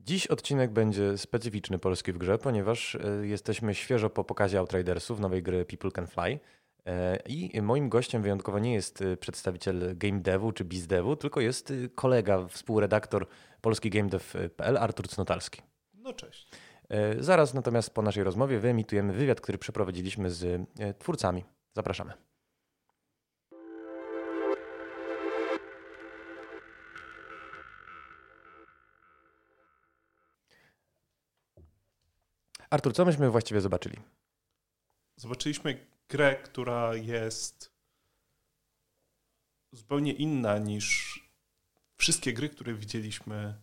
Dziś odcinek będzie specyficzny Polski w grze, ponieważ jesteśmy świeżo po pokazie Outridersów, nowej gry People Can Fly. I moim gościem wyjątkowo nie jest przedstawiciel game devu czy biz devu, tylko jest kolega, współredaktor polskigamedev.pl Artur Cnotalski. No cześć. Zaraz natomiast po naszej rozmowie wyemitujemy wywiad, który przeprowadziliśmy z twórcami. Zapraszamy. Artur, co myśmy właściwie zobaczyli? Zobaczyliśmy grę, która jest zupełnie inna niż wszystkie gry, które widzieliśmy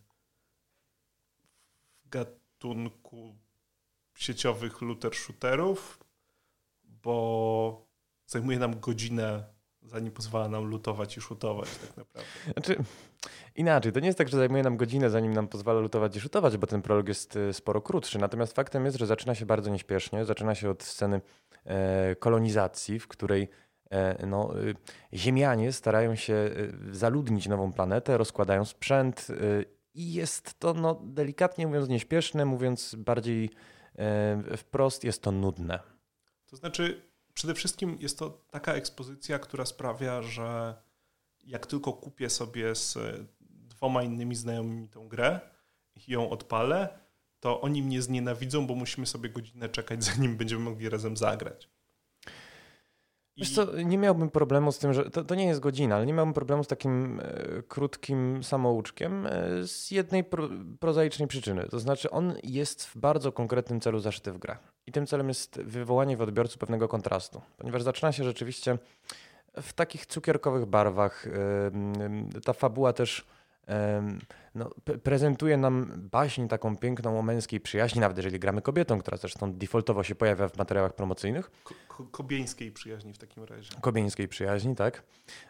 w gatunku sieciowych looter-shooterów, bo zajmuje nam godzinę, zanim pozwala nam lootować i shootować tak naprawdę. Znaczy, inaczej, to nie jest tak, że zajmuje nam godzinę, zanim nam pozwala lootować i shootować, bo ten prolog jest sporo krótszy. Natomiast faktem jest, że zaczyna się bardzo nieśpiesznie. Zaczyna się od sceny kolonizacji, w której ziemianie starają się zaludnić nową planetę, rozkładają sprzęt i jest to, delikatnie mówiąc, nieśpieszne, mówiąc bardziej wprost, jest to nudne. To znaczy, przede wszystkim jest to taka ekspozycja, która sprawia, że jak tylko kupię sobie z 2 innymi znajomymi tą grę i ją odpalę, to oni mnie znienawidzą, bo musimy sobie godzinę czekać, zanim będziemy mogli razem zagrać. Wiesz co, nie miałbym problemu z tym, że to nie jest godzina, ale nie miałbym problemu z takim krótkim samouczkiem z jednej prozaicznej przyczyny. To znaczy on jest w bardzo konkretnym celu zaszyty w grę. I tym celem jest wywołanie w odbiorcy pewnego kontrastu. Ponieważ zaczyna się rzeczywiście w takich cukierkowych barwach. Ta fabuła też prezentuje nam baśń taką piękną o męskiej przyjaźni, nawet jeżeli gramy kobietą, która zresztą defaultowo się pojawia w materiałach promocyjnych. Kobieńskiej przyjaźni w takim razie. Kobieńskiej przyjaźni, tak.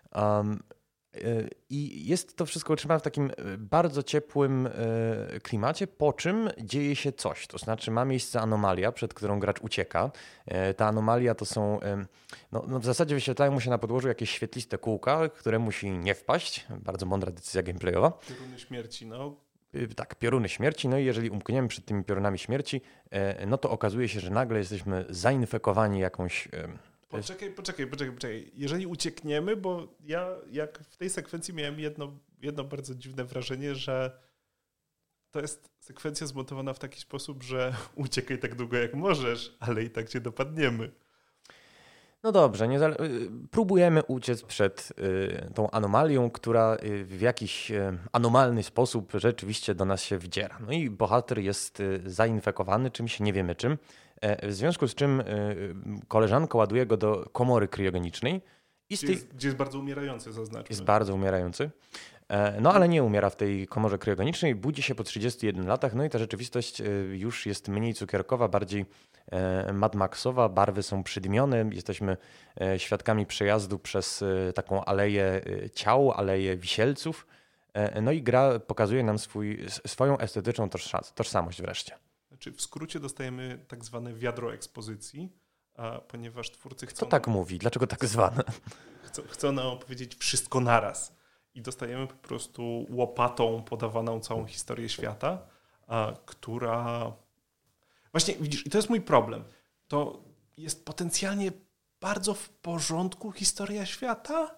I jest to wszystko utrzymane w takim bardzo ciepłym klimacie, po czym dzieje się coś. To znaczy ma miejsce anomalia, przed którą gracz ucieka. Ta anomalia to są, w zasadzie wyświetlają mu się na podłożu jakieś świetliste kółka, które musi nie wpaść. Bardzo mądra decyzja gameplayowa. Pioruny śmierci, Tak, pioruny śmierci. No i jeżeli umkniemy przed tymi piorunami śmierci, to okazuje się, że nagle jesteśmy zainfekowani jakąś... Poczekaj. Jeżeli uciekniemy, bo ja jak w tej sekwencji miałem jedno bardzo dziwne wrażenie, że to jest sekwencja zmontowana w taki sposób, że uciekaj tak długo jak możesz, ale i tak cię dopadniemy. No dobrze, próbujemy uciec przed tą anomalią, która w jakiś anomalny sposób rzeczywiście do nas się wdziera. No i bohater jest zainfekowany czymś, nie wiemy czym, w związku z czym koleżanka ładuje go do komory kriogenicznej. Gdzie jest bardzo umierający, zaznaczmy. Jest bardzo umierający. Ale nie umiera w tej komorze kriogenicznej, budzi się po 31 latach, no i ta rzeczywistość już jest mniej cukierkowa, bardziej Mad Maxowa, barwy są przydmione, jesteśmy świadkami przejazdu przez taką aleję ciał, aleję wisielców, no i gra pokazuje nam swoją estetyczną tożsamość wreszcie. Znaczy w skrócie dostajemy tak zwane wiadro ekspozycji, ponieważ twórcy chcą... Kto tak mówi? Dlaczego tak zwane? Chcą nam opowiedzieć wszystko naraz. I dostajemy po prostu łopatą podawaną całą historię świata, która... Właśnie widzisz, i to jest mój problem. To jest potencjalnie bardzo w porządku historia świata,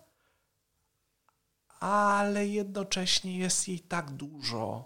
ale jednocześnie jest jej tak dużo.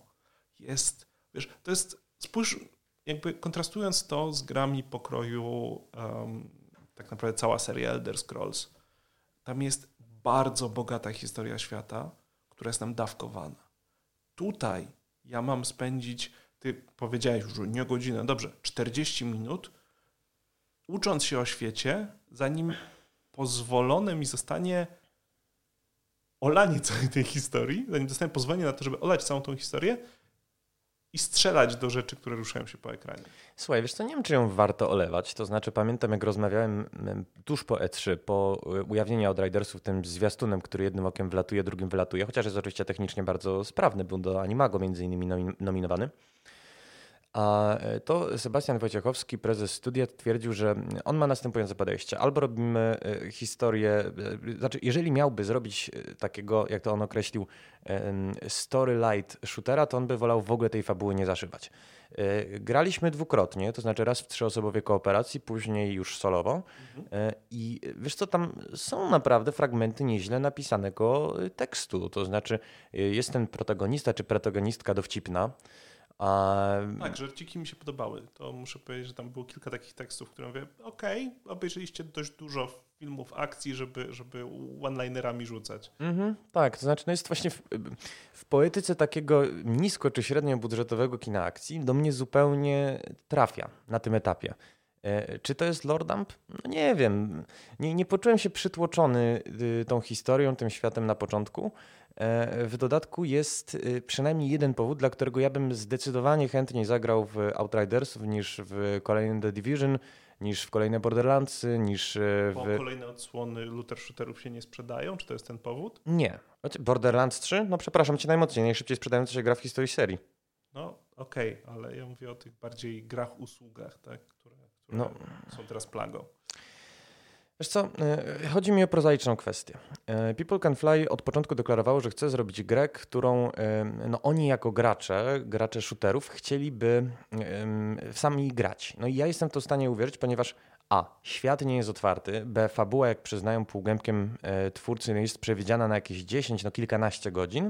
Spójrz, jakby kontrastując to z grami pokroju tak naprawdę cała seria Elder Scrolls. Tam jest bardzo bogata historia świata, która jest nam dawkowana. Tutaj ja mam spędzić, ty powiedziałeś już, nie godzinę, dobrze, 40 minut, ucząc się o świecie, zanim pozwolone mi zostanie olanie całej tej historii, zanim dostanę pozwolenie na to, żeby olać całą tą historię i strzelać do rzeczy, które ruszają się po ekranie. Słuchaj, wiesz co, nie wiem, czy ją warto olewać. To znaczy pamiętam, jak rozmawiałem tuż po E3, po ujawnieniu Outridersów, tym zwiastunem, który jednym okiem wlatuje, drugim wylatuje, chociaż jest oczywiście technicznie bardzo sprawny, był do Animago między innymi nominowany. A to Sebastian Wojciechowski, prezes studia, twierdził, że on ma następujące podejście. Albo robimy historię, znaczy jeżeli miałby zrobić takiego, jak to on określił, story light shootera, to on by wolał w ogóle tej fabuły nie zaszywać. Graliśmy dwukrotnie, to znaczy raz w 3-osobowej kooperacji, później już solowo. I wiesz co, tam są naprawdę fragmenty nieźle napisanego tekstu. To znaczy jest ten protagonista czy protagonistka dowcipna. Tak, żarciki mi się podobały. To muszę powiedzieć, że tam było kilka takich tekstów, które mówię, obejrzeliście dość dużo filmów akcji, żeby one-linerami rzucać. Tak, to znaczy no jest właśnie w poetyce takiego nisko czy średnio budżetowego kina akcji do mnie zupełnie trafia na tym etapie. Czy to jest Lord Dump? No nie wiem. Nie poczułem się przytłoczony tą historią, tym światem na początku. W dodatku jest przynajmniej jeden powód, dla którego ja bym zdecydowanie chętniej zagrał w Outridersów niż w kolejnym The Division, niż w kolejne Borderlandsy, niż Bo kolejne odsłony looter shooterów się nie sprzedają? Czy to jest ten powód? Nie. Borderlands 3? No przepraszam cię najmocniej, najszybciej sprzedająca się gra w historii serii. No ale ja mówię o tych bardziej grach, usługach, tak? które są teraz plagą. Wiesz co, chodzi mi o prozaiczną kwestię. People Can Fly od początku deklarowało, że chce zrobić grę, którą oni jako gracze shooterów chcieliby sami grać. No i ja jestem w to w stanie uwierzyć, ponieważ a. Świat nie jest otwarty, b. Fabuła, jak przyznają półgębkiem twórcy, jest przewidziana na jakieś 10, kilkanaście godzin,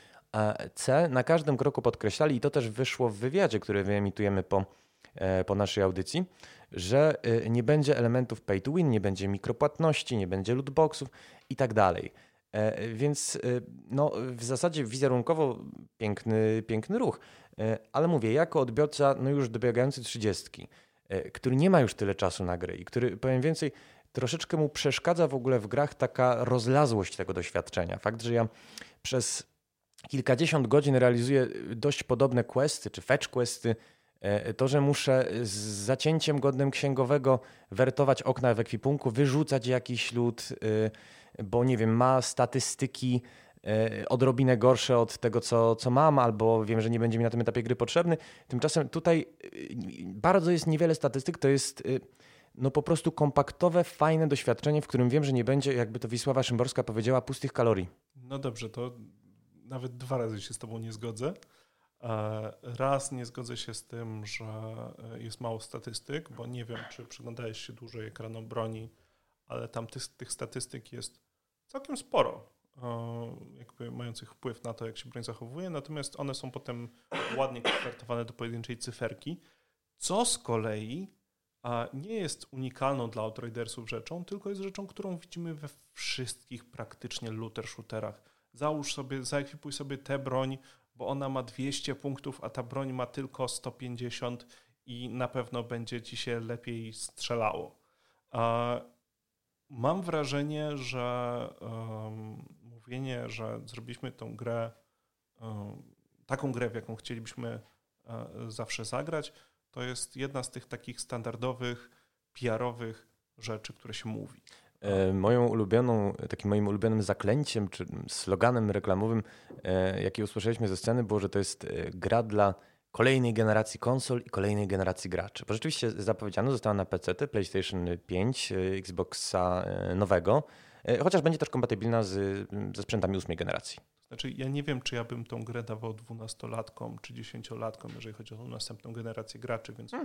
c. Na każdym kroku podkreślali, i to też wyszło w wywiadzie, który wyemitujemy po naszej audycji, że nie będzie elementów pay to win, nie będzie mikropłatności, nie będzie lootboxów i tak dalej. Więc w zasadzie wizerunkowo piękny ruch. Ale mówię, jako odbiorca już dobiegający 30, który nie ma już tyle czasu na gry i który, powiem więcej, troszeczkę mu przeszkadza w ogóle w grach taka rozlazłość tego doświadczenia. Fakt, że ja przez kilkadziesiąt godzin realizuję dość podobne questy czy fetch questy, to, że muszę z zacięciem godnym księgowego wertować okna w ekwipunku, wyrzucać jakiś loot, bo nie wiem, ma statystyki odrobinę gorsze od tego, co mam, albo wiem, że nie będzie mi na tym etapie gry potrzebny. Tymczasem tutaj bardzo jest niewiele statystyk, to jest po prostu kompaktowe, fajne doświadczenie, w którym wiem, że nie będzie, jakby to Wisława Szymborska powiedziała, pustych kalorii. No dobrze, to nawet 2 razy się z tobą nie zgodzę. Raz nie zgodzę się z tym, że jest mało statystyk, bo nie wiem, czy przyglądałeś się dłużej ekranom broni, ale tam tych statystyk jest całkiem sporo, jakby mających wpływ na to, jak się broń zachowuje, natomiast one są potem ładnie konwertowane do pojedynczej cyferki, co z kolei nie jest unikalną dla Outridersów rzeczą, tylko jest rzeczą, którą widzimy we wszystkich praktycznie looter shooterach. Zaekwipuj sobie tę broń, bo ona ma 200 punktów, a ta broń ma tylko 150 i na pewno będzie ci się lepiej strzelało. Mam wrażenie, że mówienie, że zrobiliśmy tą grę, taką grę, w jaką chcielibyśmy zawsze zagrać, to jest jedna z tych takich standardowych, PR-owych rzeczy, które się mówi. Moim ulubionym zaklęciem czy sloganem reklamowym, jaki usłyszeliśmy ze sceny, było, że to jest gra dla kolejnej generacji konsol i kolejnej generacji graczy. Bo rzeczywiście zapowiedziano, została na PC, PlayStation 5, Xboxa nowego, chociaż będzie też kompatybilna ze sprzętami 8 generacji. Znaczy, ja nie wiem, czy ja bym tą grę dawał 12-latkom czy 10-latkom, jeżeli chodzi o następną generację graczy, więc...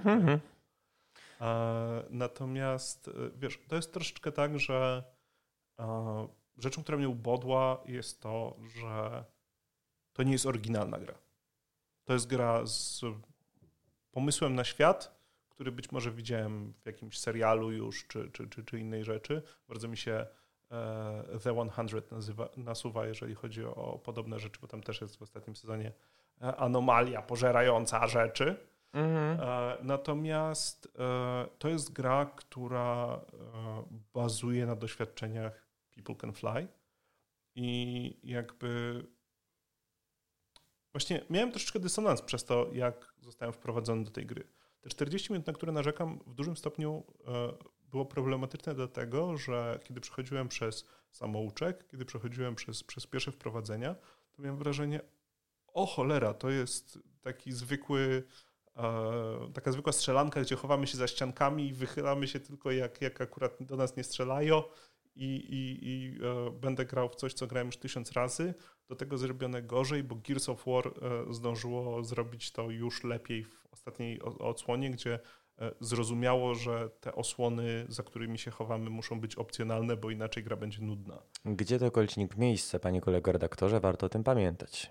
Natomiast, wiesz, to jest troszeczkę tak, że rzeczą, która mnie ubodła, jest to, że to nie jest oryginalna gra. To jest gra z pomysłem na świat, który być może widziałem w jakimś serialu już, czy innej rzeczy. Bardzo mi się The 100 nasuwa, jeżeli chodzi o podobne rzeczy, bo tam też jest w ostatnim sezonie anomalia pożerająca rzeczy. Natomiast to jest gra, która bazuje na doświadczeniach People Can Fly i jakby właśnie miałem troszeczkę dysonans przez to, jak zostałem wprowadzony do tej gry. Te 40 minut, na które narzekam, w dużym stopniu było problematyczne dlatego, że kiedy przechodziłem przez samouczek, kiedy przechodziłem przez pierwsze wprowadzenia, to miałem wrażenie, o cholera, to jest taki zwykły taka zwykła strzelanka, gdzie chowamy się za ściankami i wychylamy się tylko jak akurat do nas nie strzelają i będę grał w coś, co grałem już 1000 razy, do tego zrobione gorzej, bo Gears of War zdążyło zrobić to już lepiej w ostatniej odsłonie, gdzie zrozumiało, że te osłony, za którymi się chowamy, muszą być opcjonalne, bo inaczej gra będzie nudna. Gdzie to kolicznik miejsce, panie kolego redaktorze? Warto o tym pamiętać.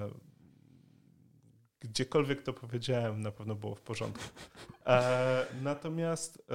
Gdziekolwiek to powiedziałem, na pewno było w porządku. Natomiast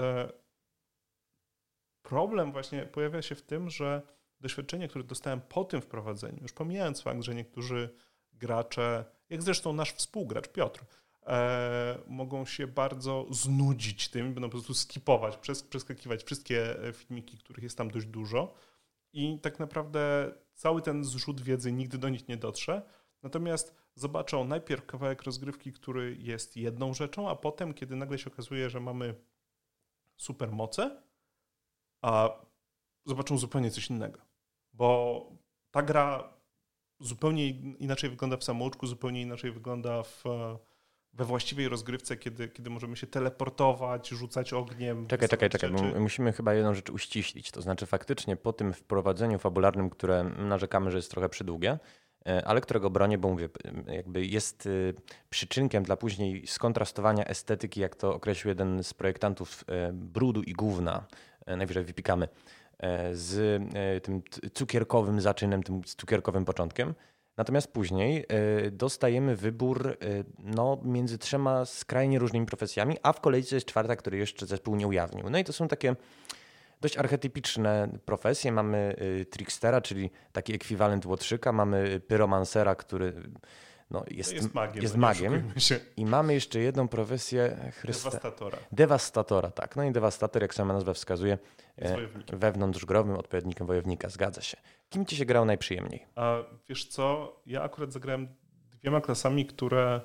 problem właśnie pojawia się w tym, że doświadczenie, które dostałem po tym wprowadzeniu, już pomijając fakt, że niektórzy gracze, jak zresztą nasz współgracz Piotr, mogą się bardzo znudzić tym, będą po prostu skipować, przeskakiwać wszystkie filmiki, których jest tam dość dużo i tak naprawdę cały ten zrzut wiedzy nigdy do nich nie dotrze. Natomiast zobaczą najpierw kawałek rozgrywki, który jest jedną rzeczą, a potem, kiedy nagle się okazuje, że mamy supermoce, a zobaczą zupełnie coś innego. Bo ta gra zupełnie inaczej wygląda w samouczku, zupełnie inaczej wygląda we właściwej rozgrywce, kiedy możemy się teleportować, rzucać ogniem. Czekaj, bo musimy chyba jedną rzecz uściślić. To znaczy faktycznie po tym wprowadzeniu fabularnym, które narzekamy, że jest trochę przydługie, ale którego bronię, bo mówię, jakby jest przyczynkiem dla później skontrastowania estetyki, jak to określił jeden z projektantów Brudu i Gówna, najwyżej wypikamy, z tym cukierkowym zaczynem, tym cukierkowym początkiem. Natomiast później dostajemy wybór między 3 skrajnie różnymi profesjami, a w kolejce jest 4, który jeszcze zespół nie ujawnił. No i to są takie dość archetypiczne profesje. Mamy trickstera, czyli taki ekwiwalent łotrzyka, mamy pyromansera, który jest magiem. I mamy jeszcze jedną profesję Dewastatora, tak. No i dewastator, jak sama nazwa wskazuje, wewnątrzgrowym odpowiednikiem wojownika. Zgadza się. Kim ci się grał najprzyjemniej? A wiesz co, ja akurat zagrałem 2 klasami, które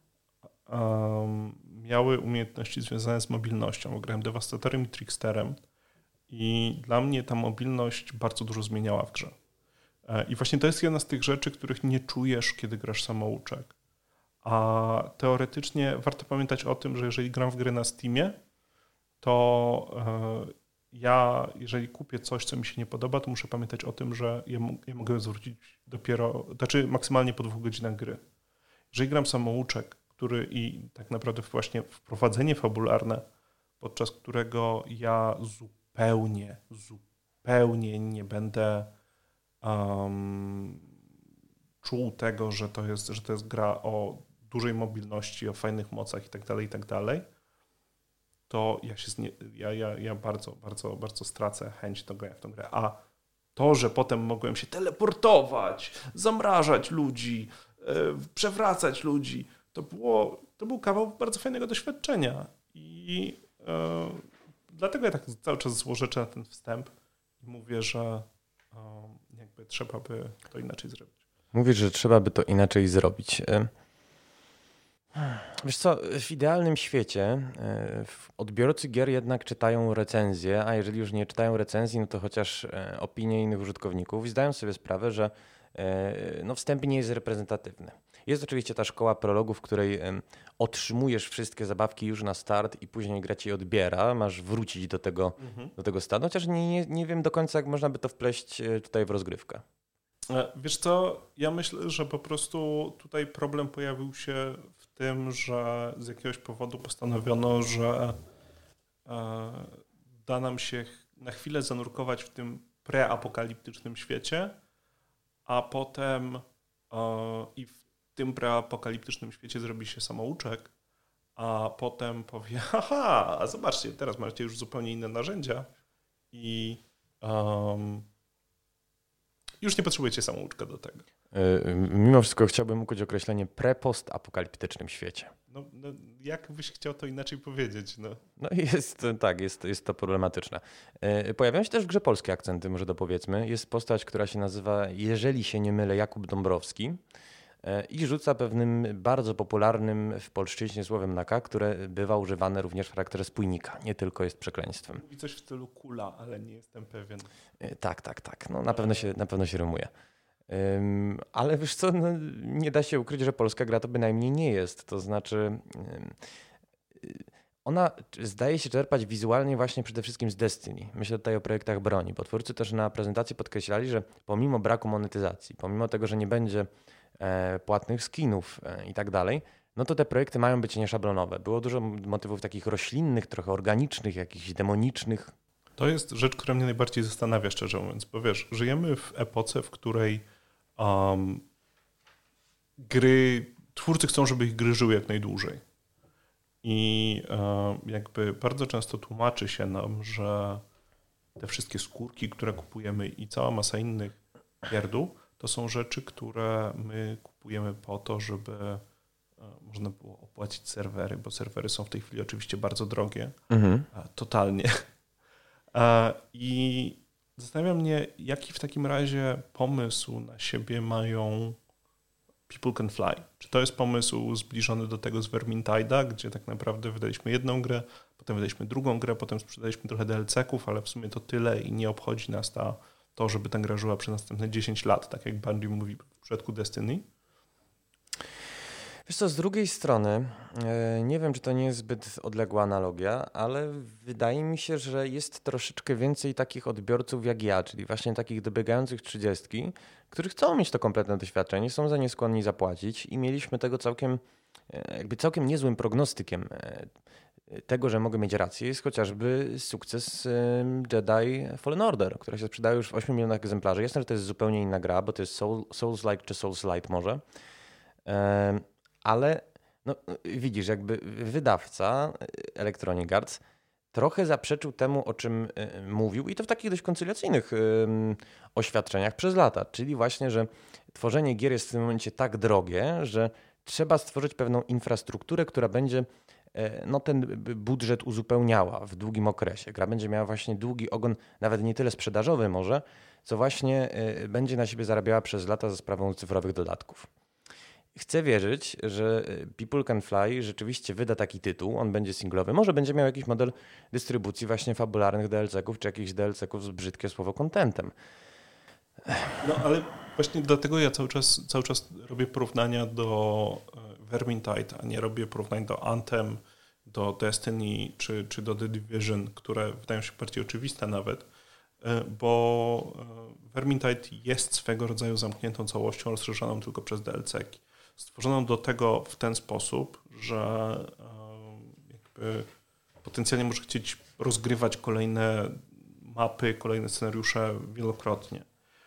miały umiejętności związane z mobilnością, bo grałem dewastatorem i tricksterem i dla mnie ta mobilność bardzo dużo zmieniała w grze. I właśnie to jest jedna z tych rzeczy, których nie czujesz, kiedy grasz samouczek. A teoretycznie warto pamiętać o tym, że jeżeli gram w gry na Steamie, to ja, jeżeli kupię coś, co mi się nie podoba, to muszę pamiętać o tym, że ja mogę zwrócić dopiero, znaczy maksymalnie po 2 godzinach gry. Jeżeli gram samouczek, który i tak naprawdę właśnie wprowadzenie fabularne, podczas którego ja zupełnie nie będę czuł tego, że to jest gra o dużej mobilności, o fajnych mocach i tak dalej, to ja bardzo stracę chęć do grania w tę grę. A to, że potem mogłem się teleportować, zamrażać ludzi, przewracać ludzi, to był kawał bardzo fajnego doświadczenia. I dlatego ja tak cały czas złożeczę na ten wstęp i mówię, że jakby trzeba by to inaczej zrobić. Mówisz, że trzeba by to inaczej zrobić. Wiesz co, w idealnym świecie odbiorcy gier jednak czytają recenzje, a jeżeli już nie czytają recenzji, no to chociaż opinie innych użytkowników i zdają sobie sprawę, że wstęp nie jest reprezentatywny. Jest oczywiście ta szkoła prologu, w której otrzymujesz wszystkie zabawki już na start i później gra ci odbiera, masz wrócić do tego stanu, chociaż nie wiem do końca, jak można by to wpleść tutaj w rozgrywkę. Wiesz co, ja myślę, że po prostu tutaj problem pojawił się w tym, że z jakiegoś powodu postanowiono, że da nam się na chwilę zanurkować w tym preapokaliptycznym świecie, a potem i w tym preapokaliptycznym świecie zrobi się samouczek, a potem powie, haha, a zobaczcie, teraz macie już zupełnie inne narzędzia i już nie potrzebujecie samouczka do tego. Mimo wszystko chciałbym ukuć określenie pre-post-apokaliptycznym świecie. No, jak byś chciał to inaczej powiedzieć? No jest to problematyczne. Pojawiają się też w grze polskie akcenty, może dopowiedzmy. Jest postać, która się nazywa, jeżeli się nie mylę, Jakub Dąbrowski i rzuca pewnym bardzo popularnym w polszczyźnie słowem na K, które bywa używane również w charakterze spójnika, nie tylko jest przekleństwem. Mówi coś w stylu kula, ale nie jestem pewien. Tak. No, na pewno się rymuje. Ale wiesz co, no, nie da się ukryć, że polska gra to bynajmniej nie jest. To znaczy ona zdaje się czerpać wizualnie właśnie przede wszystkim z Destiny. Myślę tutaj o projektach broni, bo twórcy też na prezentacji podkreślali, że pomimo braku monetyzacji, pomimo tego, że nie będzie płatnych skinów i tak dalej, no to te projekty mają być nieszablonowe. Było dużo motywów takich roślinnych, trochę organicznych, jakichś demonicznych. To jest rzecz, która mnie najbardziej zastanawia, szczerze mówiąc, bo wiesz, żyjemy w epoce, w której twórcy chcą, żeby ich gry żyły jak najdłużej. I jakby bardzo często tłumaczy się nam, że te wszystkie skórki, które kupujemy i cała masa innych pierdół, to są rzeczy, które my kupujemy po to, żeby można było opłacić serwery, bo serwery są w tej chwili oczywiście bardzo drogie. Totalnie. I zastanawia mnie, jaki w takim razie pomysł na siebie mają People Can Fly. Czy to jest pomysł zbliżony do tego z Vermintide'a, gdzie tak naprawdę wydaliśmy jedną grę, potem wydaliśmy drugą grę, potem sprzedaliśmy trochę DLC-ków, ale w sumie to tyle i nie obchodzi nas to, żeby ta gra żyła przez następne 10 lat, tak jak Bungie mówi w przypadku Destiny? Wiesz co, z drugiej strony, nie wiem, czy to nie jest zbyt odległa analogia, ale wydaje mi się, że jest troszeczkę więcej takich odbiorców jak ja, czyli właśnie takich dobiegających 30, którzy chcą mieć to kompletne doświadczenie, są za nie skłonni zapłacić i mieliśmy tego całkiem niezłym prognostykiem tego, że mogę mieć rację, jest chociażby sukces Jedi Fallen Order, która się sprzedaje już w 8 milionach egzemplarzy. Jasne, że to jest zupełnie inna gra, bo to jest Souls-like czy Souls-lite może. Ale no, widzisz, jakby wydawca Electronic Arts trochę zaprzeczył temu, o czym mówił i to w takich dość koncyliacyjnych oświadczeniach przez lata, czyli właśnie, że tworzenie gier jest w tym momencie tak drogie, że trzeba stworzyć pewną infrastrukturę, która będzie ten budżet uzupełniała w długim okresie. Gra będzie miała właśnie długi ogon, nawet nie tyle sprzedażowy może, co właśnie będzie na siebie zarabiała przez lata za sprawą cyfrowych dodatków. Chcę wierzyć, że People Can Fly rzeczywiście wyda taki tytuł, on będzie singlowy, może będzie miał jakiś model dystrybucji właśnie fabularnych DLC-ków, czy jakichś DLC-ków z brzydkie słowo contentem. No ale właśnie dlatego ja cały czas robię porównania do Vermintide, a nie robię porównań do Anthem, do Destiny czy do The Division, które wydają się bardziej oczywiste nawet, bo Vermintide jest swego rodzaju zamkniętą całością rozszerzoną tylko przez DLC-ki. Stworzoną do tego w ten sposób, że jakby potencjalnie może chcieć rozgrywać kolejne mapy, kolejne scenariusze wielokrotnie.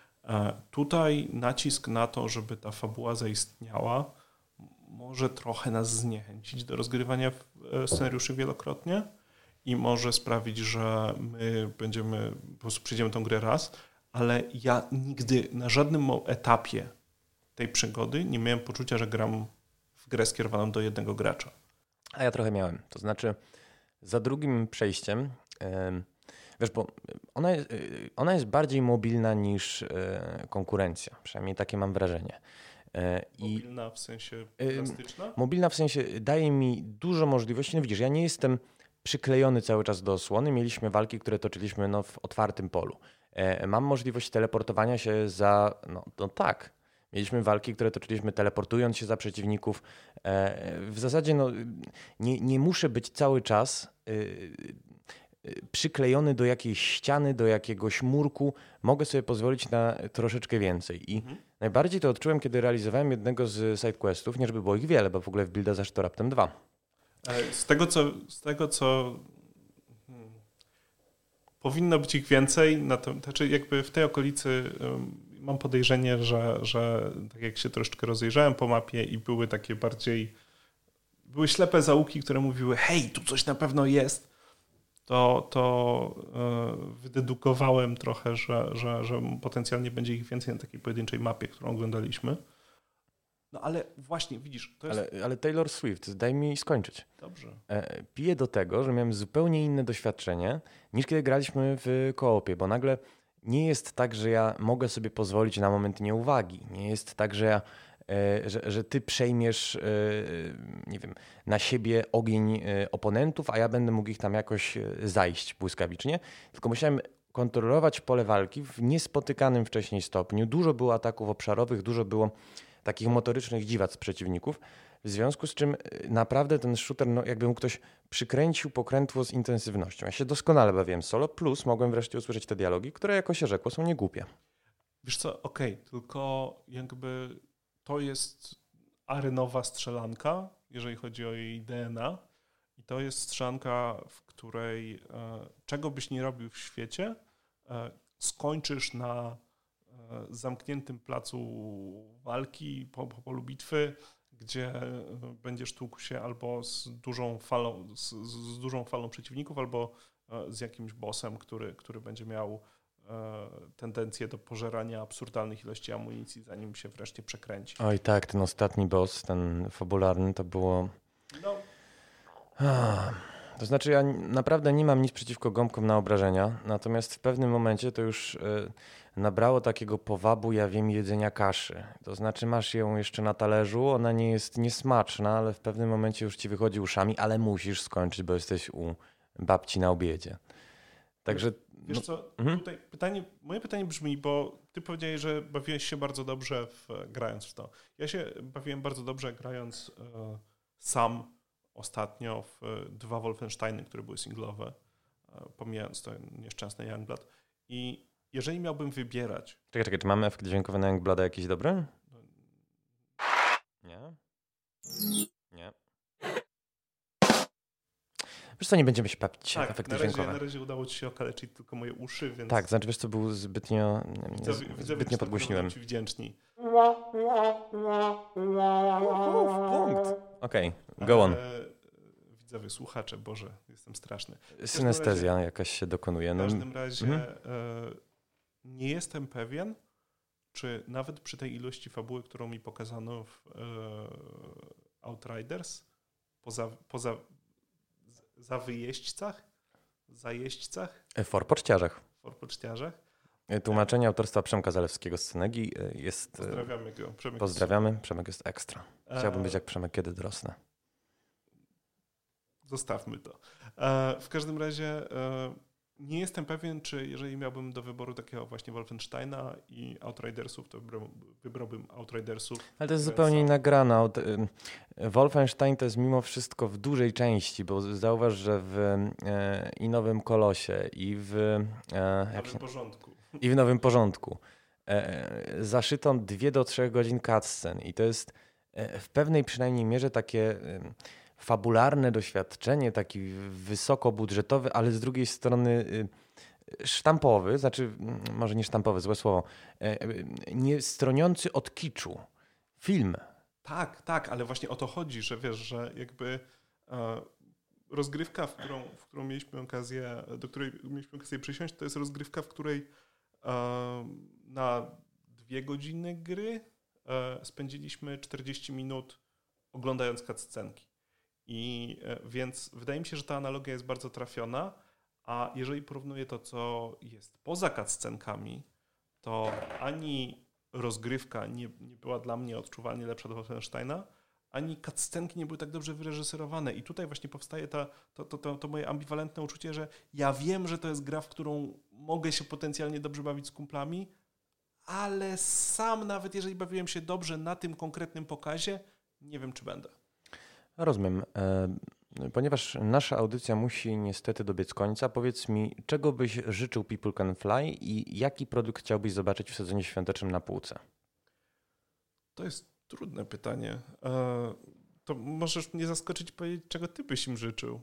Tutaj nacisk na to, żeby ta fabuła zaistniała, może trochę nas zniechęcić do rozgrywania scenariuszy wielokrotnie i może sprawić, że my po prostu przejdziemy tą grę raz, ale ja nigdy na żadnym etapie tej przygody nie miałem poczucia, że gram w grę skierowaną do jednego gracza. A ja trochę miałem. To znaczy za drugim przejściem, wiesz, bo ona jest bardziej mobilna niż konkurencja. Przynajmniej takie mam wrażenie. Mobilna w sensie plastyczna? Mobilna w sensie daje mi dużo możliwości. No widzisz, ja nie jestem przyklejony cały czas do osłony. Mieliśmy walki, które toczyliśmy w otwartym polu. Mam możliwość teleportowania się tak. Mieliśmy walki, które toczyliśmy teleportując się za przeciwników. W zasadzie nie muszę być cały czas przyklejony do jakiejś ściany, do jakiegoś murku. Mogę sobie pozwolić na troszeczkę więcej. I najbardziej to odczułem, kiedy realizowałem jednego z sidequestów. Nie żeby było ich wiele, bo w ogóle w Builda zaszło to raptem 2. Z tego, co powinno być ich więcej, znaczy jakby w tej okolicy mam podejrzenie, że tak jak się troszeczkę rozejrzałem po mapie i były ślepe zaułki, które mówiły, hej, tu coś na pewno jest, to wydedukowałem trochę, że potencjalnie będzie ich więcej na takiej pojedynczej mapie, którą oglądaliśmy. No ale właśnie, widzisz, to jest... Ale Taylor Swift, daj mi skończyć. Dobrze. Piję do tego, że miałem zupełnie inne doświadczenie niż kiedy graliśmy w koopie, bo nagle nie jest tak, że ja mogę sobie pozwolić na moment nieuwagi. Nie jest tak, że że ty przejmiesz, nie wiem, na siebie ogień oponentów, a ja będę mógł ich tam jakoś zajść błyskawicznie. Tylko musiałem kontrolować pole walki w niespotykanym wcześniej stopniu. Dużo było ataków obszarowych, dużo było takich motorycznych dziwactw przeciwników, w związku z czym naprawdę ten shooter, no jakby mu ktoś przykręcił pokrętło z intensywnością. Ja się doskonale bawiłem solo, plus mogłem wreszcie usłyszeć te dialogi, które, jako się rzekło, są niegłupie. Wiesz co, tylko jakby to jest arenowa strzelanka, jeżeli chodzi o jej DNA. I to jest strzelanka, w której czego byś nie robił w świecie, skończysz na zamkniętym placu walki po polu bitwy, gdzie będziesz tłukł się albo z dużą falą przeciwników, albo z jakimś bossem, który będzie miał tendencję do pożerania absurdalnych ilości amunicji, zanim się wreszcie przekręci. Oj tak, ten ostatni boss, ten fabularny, to było... No. To znaczy ja naprawdę nie mam nic przeciwko gąbkom na obrażenia, natomiast w pewnym momencie to już nabrało takiego powabu, ja wiem, jedzenia kaszy. To znaczy masz ją jeszcze na talerzu, ona nie jest niesmaczna, ale w pewnym momencie już ci wychodzi uszami, ale musisz skończyć, bo jesteś u babci na obiedzie. Także... Wiesz co, tutaj moje pytanie brzmi, bo ty powiedziałeś, że bawiłeś się bardzo dobrze grając w to. Ja się bawiłem bardzo dobrze grając sam ostatnio w 2 Wolfensteiny, które były singlowe, pomijając to nieszczęsne Youngblood. I jeżeli miałbym wybierać... Czekaj, czy mamy efekt dźwiękowy na Youngblooda jakiś dobry? Nie? Nie. Wiesz co, nie będziemy się bawić w efekty dźwiękowe. Na razie udało ci się okaleczyć tylko moje uszy, więc... Tak, znaczy wiesz co, był zbytnio podgłośniłem. Ci wdzięczni. Punkt. Okej, go on. Widzowie, słuchacze, Boże, jestem straszny. Synestezja jakaś się dokonuje. W każdym razie nie jestem pewien, czy nawet przy tej ilości fabuły, którą mi pokazano w Outriders, poza zajeźdźcach? Forpoczciarzach. Tłumaczenie autorstwa Przemka Zalewskiego z Cenegi jest... Pozdrawiamy go. Pozdrawiamy. Przemek jest ekstra. Chciałbym być jak Przemek, kiedy dorosnę. Zostawmy to. W każdym razie nie jestem pewien, czy jeżeli miałbym do wyboru takiego właśnie Wolfensteina i Outridersów, to wybrałbym Outridersów. Ale to jest zupełnie inna gra. Wolfenstein to jest mimo wszystko w dużej części, bo zauważ, że w i Nowym Kolosie, i w Nowym Porządku zaszyto 2 do 3 godzin cutscen i to jest w pewnej przynajmniej mierze takie fabularne doświadczenie, taki wysokobudżetowy, ale z drugiej strony sztampowy, znaczy może nie sztampowy, złe słowo, nie stroniący od kiczu film. Tak, ale właśnie o to chodzi, że wiesz, że jakby rozgrywka, w którą mieliśmy okazję, do której mieliśmy okazję przysiąść, to jest rozgrywka, w której na 2 godziny gry spędziliśmy 40 minut oglądając cutscenki. I więc wydaje mi się, że ta analogia jest bardzo trafiona, a jeżeli porównuję to, co jest poza cutscenkami, to ani rozgrywka nie była dla mnie odczuwalnie lepsza od Wolfensteina, ani cutscenki nie były tak dobrze wyreżyserowane. I tutaj właśnie powstaje to moje ambiwalentne uczucie, że ja wiem, że to jest gra, w którą mogę się potencjalnie dobrze bawić z kumplami, ale sam nawet jeżeli bawiłem się dobrze na tym konkretnym pokazie, nie wiem, czy będę. Rozumiem. Ponieważ nasza audycja musi niestety dobiec końca, powiedz mi, czego byś życzył People Can Fly i jaki produkt chciałbyś zobaczyć w sezonie świątecznym na półce? To jest trudne pytanie. To możesz mnie zaskoczyć i powiedzieć, czego ty byś im życzył.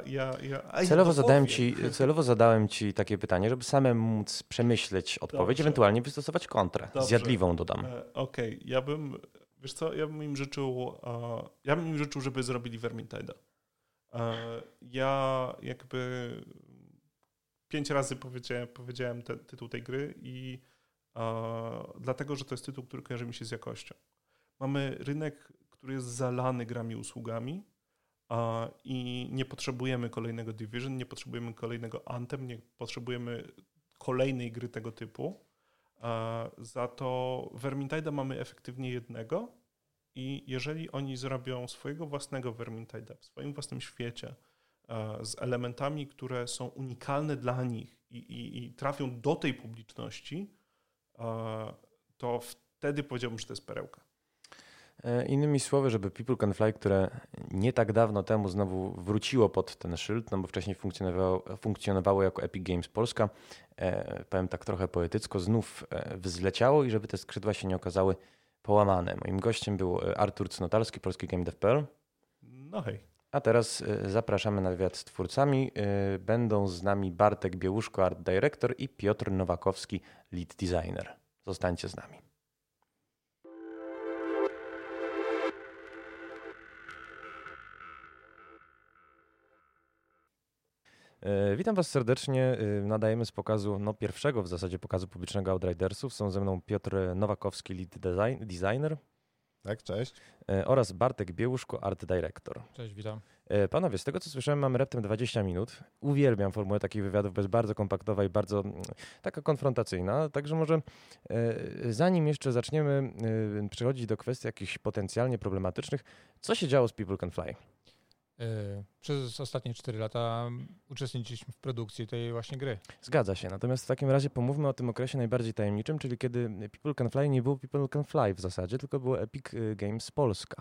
Celowo zadałem ci takie pytanie, żeby samemu móc przemyśleć odpowiedź, ewentualnie wystosować kontrę. Dobrze. Zjadliwą dodam. Okej. Wiesz co, ja bym im życzył, żeby zrobili Vermintide'a. Ja jakby 5 razy powiedziałem tytuł tej gry i dlatego, że to jest tytuł, który kojarzy mi się z jakością. Mamy rynek, który jest zalany grami i usługami i nie potrzebujemy kolejnego Division, nie potrzebujemy kolejnego Anthem, nie potrzebujemy kolejnej gry tego typu. Za to Vermintide'a mamy efektywnie jednego i jeżeli oni zrobią swojego własnego Vermintide'a w swoim własnym świecie z elementami, które są unikalne dla nich i trafią do tej publiczności, to wtedy powiedziałbym, że to jest perełka. Innymi słowy, żeby People Can Fly, które nie tak dawno temu znowu wróciło pod ten szyld, no bo wcześniej funkcjonowało jako Epic Games Polska, powiem tak trochę poetycko, znów wzleciało i żeby te skrzydła się nie okazały połamane. Moim gościem był Artur Cnotarski, polski GameDev.pl. No hej. A teraz zapraszamy na wywiad z twórcami. Będą z nami Bartek Biełuszko, Art Director i Piotr Nowakowski, Lead Designer. Zostańcie z nami. Witam Was serdecznie. Nadajemy z pokazu, pierwszego w zasadzie pokazu publicznego Outridersów. Są ze mną Piotr Nowakowski, Lead Designer. Tak, cześć. Oraz Bartek Biełuszko, Art Director. Cześć, witam. Panowie, z tego co słyszałem, mamy raptem 20 minut. Uwielbiam formułę takich wywiadów, bo jest bardzo kompaktowa i bardzo taka konfrontacyjna. Także może zanim jeszcze zaczniemy przechodzić do kwestii jakichś potencjalnie problematycznych, co się działo z People Can Fly? Przez ostatnie 4 lata uczestniczyliśmy w produkcji tej właśnie gry. Zgadza się. Natomiast w takim razie pomówmy o tym okresie najbardziej tajemniczym, czyli kiedy People Can Fly nie było People Can Fly w zasadzie, tylko było Epic Games Polska.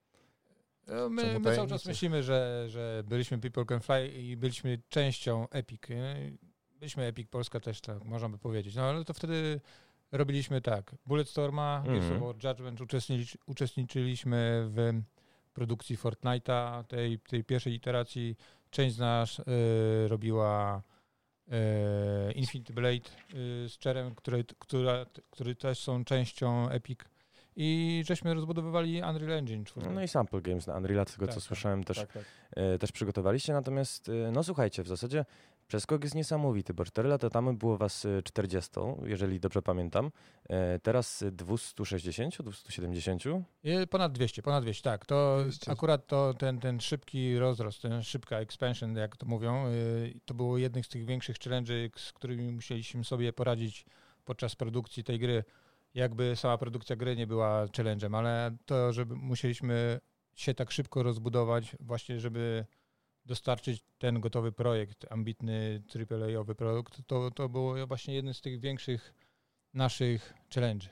My cały czas myślimy, że byliśmy People Can Fly i byliśmy częścią Epic. Byliśmy Epic Polska też, tak można by powiedzieć. No ale to wtedy robiliśmy tak. Bulletstorma, Gears of War Judgment, uczestniczyliśmy w produkcji Fortnite'a, tej pierwszej iteracji. Część z nas robiła Infinity Blade z Cherem, które też są częścią Epic. I żeśmy rozbudowywali Unreal Engine 4. No i Sample Games na Unreal, z tego co słyszałem też przygotowaliście. Natomiast słuchajcie, w zasadzie przeskok jest niesamowity, bo 4 lata temu było was 40, jeżeli dobrze pamiętam. Teraz 260, 270? Ponad 200, tak. To 200. Akurat ten szybki rozrost, ten szybka expansion, jak to mówią, to było jednym z tych większych challenge'y, z którymi musieliśmy sobie poradzić podczas produkcji tej gry. Jakby sama produkcja gry nie była challenge'em, ale to, żeby musieliśmy się tak szybko rozbudować właśnie, żeby dostarczyć ten gotowy projekt, ambitny AAA-owy produkt, to było właśnie jeden z tych większych naszych challenge'y.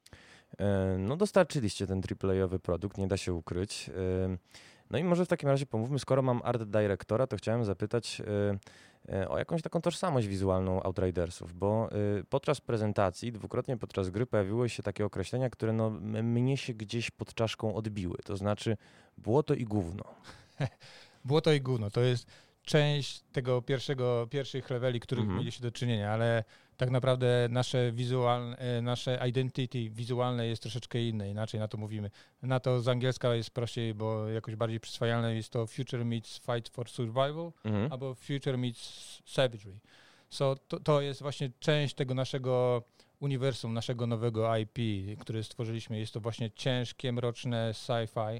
No dostarczyliście ten AAA-owy produkt, nie da się ukryć. No i może w takim razie pomówmy, skoro mam Art Directora, to chciałem zapytać o jakąś taką tożsamość wizualną Outridersów, bo podczas prezentacji, dwukrotnie podczas gry pojawiły się takie określenia, które mnie się gdzieś pod czaszką odbiły, to znaczy błoto i gówno. Błoto i gówno to jest część tego pierwszych leveli, których mieliście do czynienia, ale tak naprawdę nasze identity wizualne jest troszeczkę inne, inaczej na to mówimy. Na to z angielska jest prościej, bo jakoś bardziej przyswajalne jest to Future meets Fight for Survival albo Future meets Savagery. To jest właśnie część tego naszego uniwersum, naszego nowego IP, które stworzyliśmy. Jest to właśnie ciężkie, mroczne sci-fi,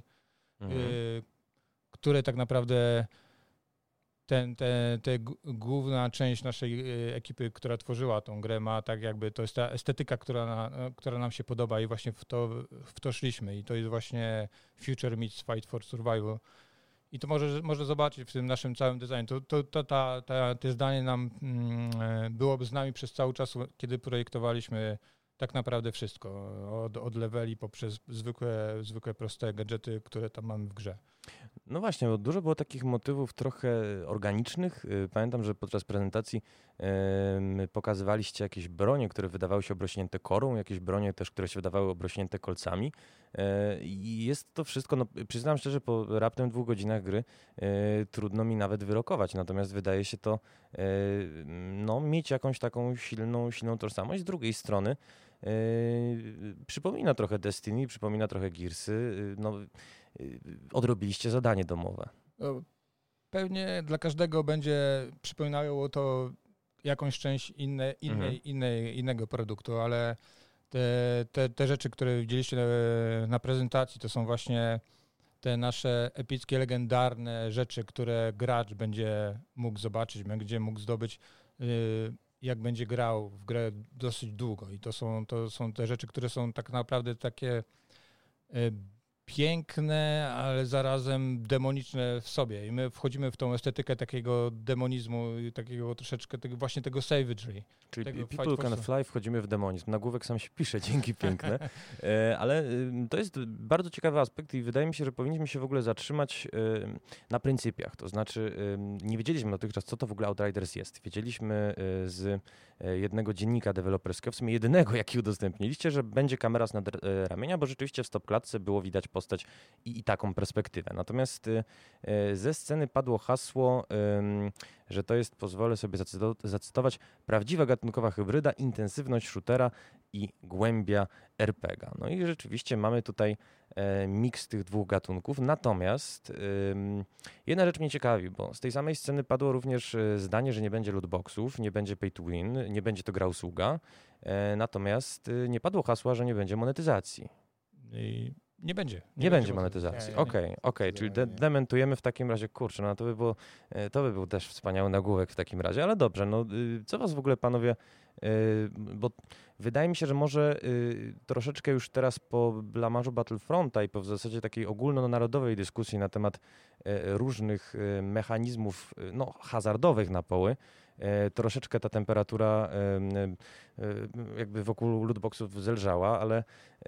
które tak naprawdę główna część naszej ekipy, która tworzyła tą grę, ma tak jakby, to jest ta estetyka, która nam się podoba i właśnie w to szliśmy i to jest właśnie Future meets Fight for Survival. I to może zobaczyć w tym naszym całym designie. To zdanie nam byłoby z nami przez cały czas, kiedy projektowaliśmy tak naprawdę wszystko, od leveli poprzez zwykłe proste gadżety, które tam mamy w grze. No właśnie, bo dużo było takich motywów trochę organicznych. Pamiętam, że podczas prezentacji pokazywaliście jakieś bronie, które wydawały się obrośnięte korą, jakieś bronie też, które się wydawały obrośnięte kolcami. I jest to wszystko, przyznam szczerze, po raptem 2 godzinach gry trudno mi nawet wyrokować. Natomiast wydaje się to mieć jakąś taką silną tożsamość. Z drugiej strony przypomina trochę Destiny, przypomina trochę Gearsy. Odrobiliście zadanie domowe. Pewnie dla każdego będzie przypominało to jakąś część innego produktu, ale te rzeczy, które widzieliście na prezentacji, to są właśnie te nasze epickie, legendarne rzeczy, które gracz będzie mógł zobaczyć, będzie mógł zdobyć, jak będzie grał w grę dosyć długo. I to są te rzeczy, które są tak naprawdę takie piękne, ale zarazem demoniczne w sobie. I my wchodzimy w tą estetykę takiego demonizmu, takiego troszeczkę właśnie tego savagery. Czyli People Can Fly, wchodzimy w demonizm. Nagłówek sam się pisze, dzięki piękne. Ale to jest bardzo ciekawy aspekt i wydaje mi się, że powinniśmy się w ogóle zatrzymać na pryncypiach. To znaczy nie wiedzieliśmy dotychczas, co to w ogóle Outriders jest. Wiedzieliśmy z jednego dziennika deweloperskiego, w sumie jedynego, jaki udostępniliście, że będzie kamera z nad ramienia, bo rzeczywiście w stopklatce było widać postać i taką perspektywę. Natomiast ze sceny padło hasło, że to jest, pozwolę sobie zacytować, prawdziwa gatunkowa hybryda, intensywność shootera i głębia RPG. No i rzeczywiście mamy tutaj miks tych dwóch gatunków. Natomiast jedna rzecz mnie ciekawi, bo z tej samej sceny padło również zdanie, że nie będzie lootboxów, nie będzie pay to win, nie będzie to gra usługa. Natomiast nie padło hasła, że nie będzie monetyzacji. Nie będzie. Nie będzie monetyzacji. Okej, czyli dementujemy w takim razie, kurczę, no to by był też wspaniały nagłówek w takim razie, ale dobrze, no co was w ogóle, panowie, bo wydaje mi się, że może troszeczkę już teraz po blamarzu Battlefronta i po w zasadzie takiej ogólnonarodowej dyskusji na temat różnych mechanizmów hazardowych na poły, troszeczkę ta temperatura jakby wokół lootboxów zelżała, ale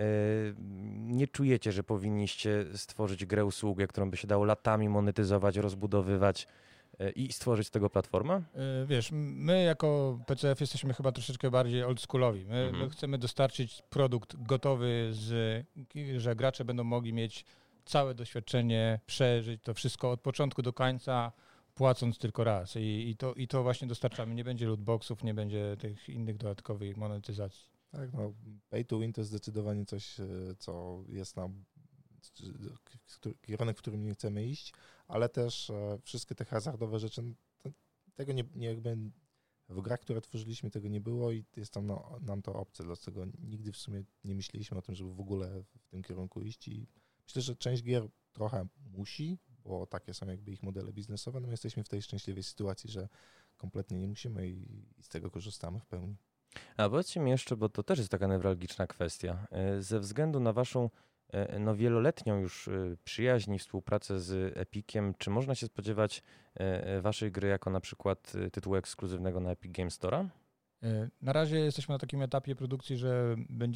nie czujecie, że powinniście stworzyć grę usługę, którą by się dało latami monetyzować, rozbudowywać i stworzyć z tego platformę? Wiesz, my jako PCF jesteśmy chyba troszeczkę bardziej oldschoolowi. My chcemy dostarczyć produkt gotowy, że gracze będą mogli mieć całe doświadczenie, przeżyć to wszystko od początku do końca, płacąc tylko raz. I to właśnie dostarczamy. Nie będzie lootboxów, nie będzie tych innych dodatkowych monetyzacji. Tak, no pay to win to jest zdecydowanie coś, co jest nam kierunek, w którym nie chcemy iść, ale też wszystkie te hazardowe rzeczy, tego nie jakby w grach, które tworzyliśmy, tego nie było i jest tam nam to obce, dlatego nigdy w sumie nie myśleliśmy o tym, żeby w ogóle w tym kierunku iść i myślę, że część gier trochę musi, bo takie są jakby ich modele biznesowe, no my jesteśmy w tej szczęśliwej sytuacji, że kompletnie nie musimy i z tego korzystamy w pełni. A powiedzcie mi jeszcze, bo to też jest taka newralgiczna kwestia, ze względu na waszą wieloletnią już przyjaźń i współpracę z Epiciem, czy można się spodziewać waszej gry jako na przykład tytułu ekskluzywnego na Epic Games Store'a? Na razie jesteśmy na takim etapie produkcji, że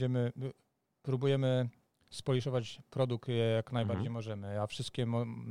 próbujemy spoliszować produkt jak najbardziej możemy, a wszystkie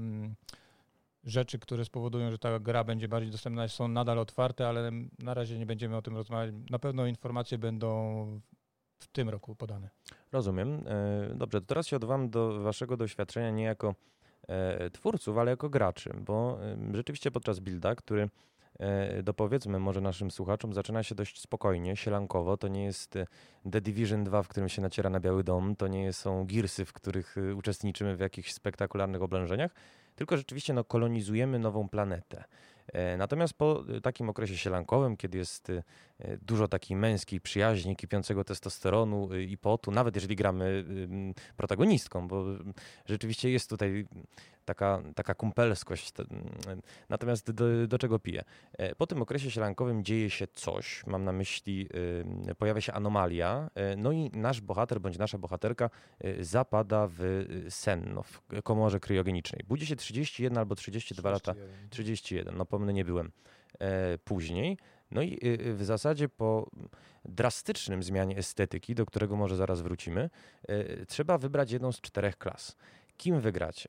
rzeczy, które spowodują, że ta gra będzie bardziej dostępna, są nadal otwarte, ale na razie nie będziemy o tym rozmawiać. Na pewno informacje będą w tym roku podane. Rozumiem. Dobrze, to teraz się odwołam do waszego doświadczenia nie jako twórców, ale jako graczy, bo rzeczywiście podczas builda, który dopowiedzmy może naszym słuchaczom, zaczyna się dość spokojnie, sielankowo. To nie jest The Division 2, w którym się naciera na Biały Dom, to nie są Gearsy, w których uczestniczymy w jakichś spektakularnych oblężeniach, tylko rzeczywiście kolonizujemy nową planetę. Natomiast po takim okresie sielankowym, kiedy jest dużo takiej męskiej przyjaźni, kipiącego testosteronu i potu, nawet jeżeli gramy protagonistką, bo rzeczywiście jest tutaj taka kumpelskość. Natomiast do czego piję? Po tym okresie sielankowym dzieje się coś, mam na myśli, pojawia się anomalia, no i nasz bohater bądź nasza bohaterka zapada w sen, w komorze kryogenicznej. Budzi się 31 albo 32 lata. 31, no pomny nie byłem później. No i w zasadzie po drastycznym zmianie estetyki, do którego może zaraz wrócimy, trzeba wybrać jedną z 4 klas. Kim wygracie?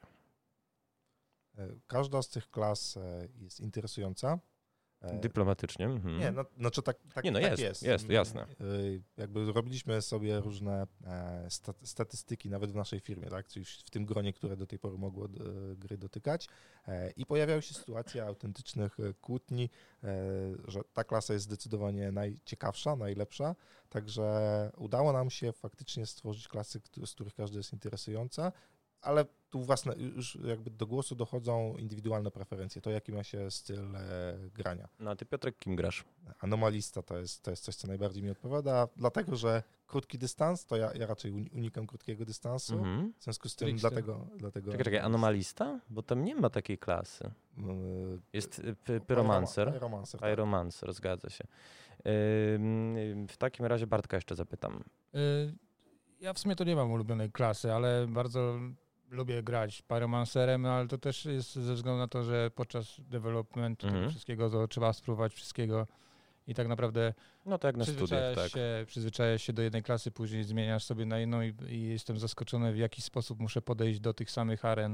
Każda z tych klas jest interesująca. Dyplomatycznie. Nie, no, znaczy tak jest, jasne. Jakby robiliśmy sobie różne statystyki nawet w naszej firmie, tak? Czyli w tym gronie, które do tej pory mogło gry dotykać i pojawiały się sytuacje autentycznych kłótni, że ta klasa jest zdecydowanie najciekawsza, najlepsza, także udało nam się faktycznie stworzyć klasy, z których każda jest interesująca, ale tu już jakby do głosu dochodzą indywidualne preferencje, to jaki ma się styl grania. No a ty, Piotrek, kim grasz? Anomalista to jest coś, co najbardziej mi odpowiada, dlatego że krótki dystans, to ja raczej unikam krótkiego dystansu, w związku z tym dlatego... Czekaj, anomalista? Bo tam nie ma takiej klasy. Jest pyromancer. Pyromancer, zgadza się. W takim razie Bartka jeszcze zapytam. Ja w sumie to nie mam ulubionej klasy, ale bardzo lubię grać Pyromancerem, ale to też jest ze względu na to, że podczas developmentu tego wszystkiego to trzeba spróbować wszystkiego i tak naprawdę no to jak na studiach, tak. Przyzwyczajasz się do jednej klasy, później zmieniasz sobie na inną i jestem zaskoczony, w jaki sposób muszę podejść do tych samych aren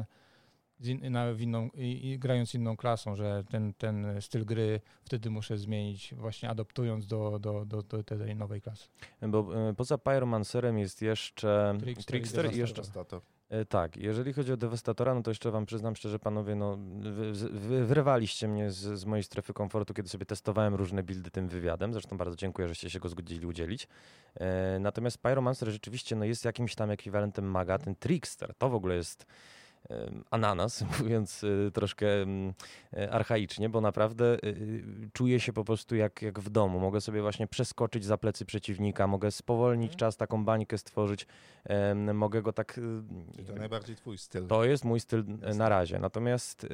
grając inną klasą, że ten styl gry wtedy muszę zmienić, właśnie adaptując do tej nowej klasy. Bo poza Pyromancerem jest jeszcze Trickster i jeszcze Devastator. Tak, jeżeli chodzi o Devastatora, no to jeszcze wam przyznam szczerze, panowie, no wyrwaliście mnie z mojej strefy komfortu, kiedy sobie testowałem różne buildy tym wywiadem, zresztą bardzo dziękuję, żeście się go zgodzili udzielić. Natomiast Pyromancer rzeczywiście no, jest jakimś tam ekwiwalentem maga, ten Trickster, to w ogóle jest ananas, mówiąc troszkę archaicznie, bo naprawdę czuję się po prostu jak w domu. Mogę sobie właśnie przeskoczyć za plecy przeciwnika, mogę spowolnić czas, taką bańkę stworzyć, mogę go tak... To najbardziej twój styl. To jest mój styl na razie. Natomiast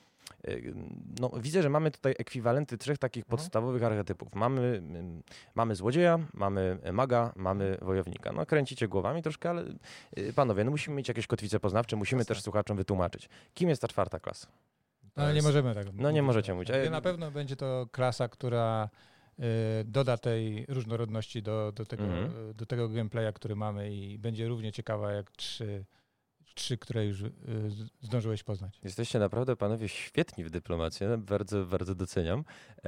no, widzę, że mamy tutaj ekwiwalenty 3 takich podstawowych archetypów. Mamy złodzieja, mamy maga, mamy wojownika. No kręcicie głowami troszkę, ale panowie, no musimy mieć jakieś kotwice poznawcze, musimy też słuchaczom wytłumaczyć. Kim jest ta 4. klasa? Ale nie możemy tego. No nie możecie mówić. Na pewno będzie to klasa, która doda tej różnorodności do tego gameplaya, który mamy i będzie równie ciekawa jak 3, które już zdążyłeś poznać. Jesteście naprawdę, panowie, świetni w dyplomacji. Bardzo, bardzo doceniam.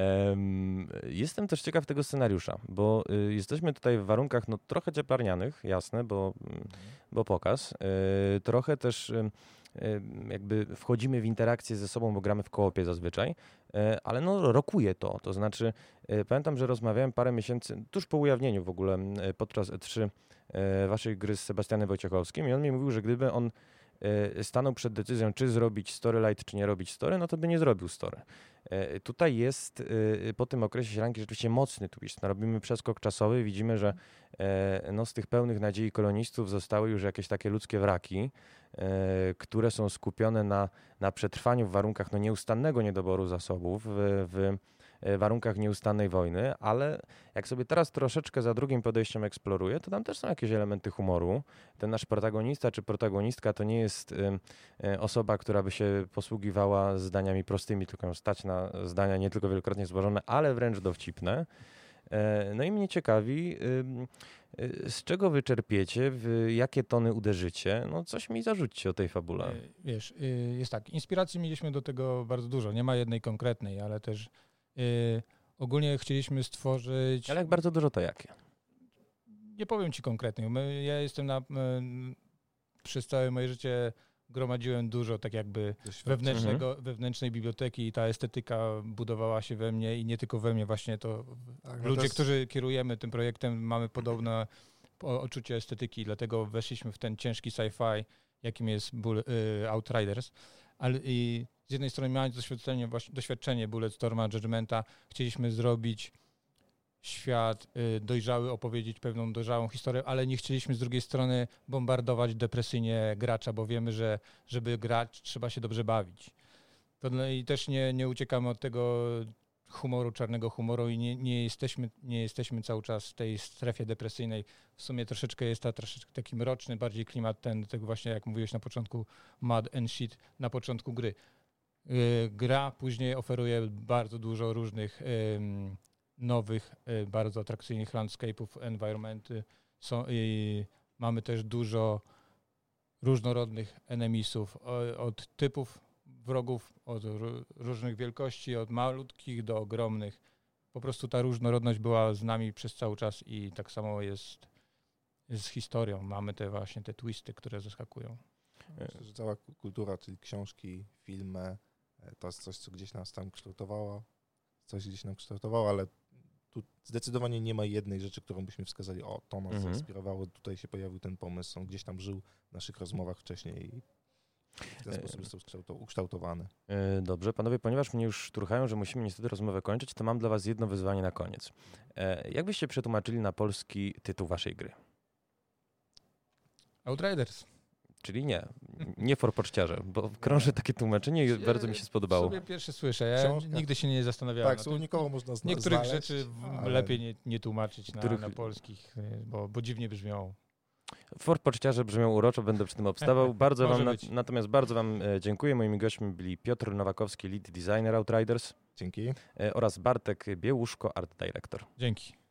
Jestem też ciekaw tego scenariusza, bo jesteśmy tutaj w warunkach no, trochę cieplarnianych, jasne, bo pokaz. Trochę też jakby wchodzimy w interakcję ze sobą, bo gramy w koopie zazwyczaj, ale no rokuje to. To znaczy, pamiętam, że rozmawiałem parę miesięcy, tuż po ujawnieniu w ogóle podczas E3 waszej gry z Sebastianem Wojciechowskim i on mi mówił, że gdyby on stanął przed decyzją, czy zrobić storylight, czy nie robić story, no to by nie zrobił story. Tutaj jest po tym okresie sielanki rzeczywiście mocny twist. No, robimy przeskok czasowy, widzimy, że no, z tych pełnych nadziei kolonistów zostały już jakieś takie ludzkie wraki, które są skupione na przetrwaniu w warunkach no, nieustannego niedoboru zasobów, w warunkach nieustannej wojny, ale jak sobie teraz troszeczkę za drugim podejściem eksploruję, to tam też są jakieś elementy humoru. Ten nasz protagonista czy protagonistka to nie jest osoba, która by się posługiwała zdaniami prostymi, tylko stać na zdania nie tylko wielokrotnie złożone, ale wręcz dowcipne. No i mnie ciekawi, z czego wy czerpiecie, w jakie tony uderzycie? No coś mi zarzućcie o tej fabule. Wiesz, jest tak, inspiracji mieliśmy do tego bardzo dużo. Nie ma jednej konkretnej, ale też ogólnie chcieliśmy stworzyć... Ale jak bardzo dużo, to jakie? Nie powiem ci konkretnie. Ja jestem przez całe moje życie gromadziłem dużo tak jakby wewnętrznej biblioteki i ta estetyka budowała się we mnie i nie tylko we mnie, właśnie to tak, ludzie, którzy kierujemy tym projektem, mamy podobne odczucie estetyki, dlatego weszliśmy w ten ciężki sci-fi, jakim jest Outriders, ale i z jednej strony mając doświadczenie Bulletstorma, Judgmenta, chcieliśmy zrobić świat dojrzały, opowiedzieć pewną dojrzałą historię, ale nie chcieliśmy z drugiej strony bombardować depresyjnie gracza, bo wiemy, że żeby grać, trzeba się dobrze bawić. I też nie uciekamy od tego humoru, czarnego humoru i nie jesteśmy cały czas w tej strefie depresyjnej. W sumie troszeczkę jest troszeczkę taki mroczny, bardziej klimat tego właśnie, jak mówiłeś na początku, mud and shit, na początku gry. Gra później oferuje bardzo dużo różnych nowych, bardzo atrakcyjnych landscape'ów, environmenty. Mamy też dużo różnorodnych enemisów, od typów wrogów, od różnych wielkości, od malutkich do ogromnych. Po prostu ta różnorodność była z nami przez cały czas i tak samo jest z historią. Mamy te twisty, które zaskakują. Myślę, że cała kultura, czyli książki, filmy, to jest coś, co gdzieś nas tam kształtowało. Ale tu zdecydowanie nie ma jednej rzeczy, którą byśmy wskazali, to nas zainspirowało, tutaj się pojawił ten pomysł, on gdzieś tam żył w naszych rozmowach wcześniej i w ten sposób został ukształtowany. Dobrze, panowie, ponieważ mnie już szturchają, że musimy niestety rozmowę kończyć, to mam dla was jedno wyzwanie na koniec. Jak byście przetłumaczyli na polski tytuł waszej gry? Outriders. Czyli nie forpoczciarze, bo krąży takie tłumaczenie i bardzo mi się spodobało. Sobie pierwsze słyszę, ja nigdy się nie zastanawiałem. Tak, słownikowo można znaleźć. Niektórych rzeczy lepiej nie tłumaczyć na polskich, bo dziwnie brzmiało. Ford Poczciarze brzmią uroczo, będę przy tym obstawał. Natomiast bardzo wam dziękuję. Moimi gośćmi byli Piotr Nowakowski, lead designer Outriders. Dzięki. Oraz Bartek Biełuszko, art director. Dzięki.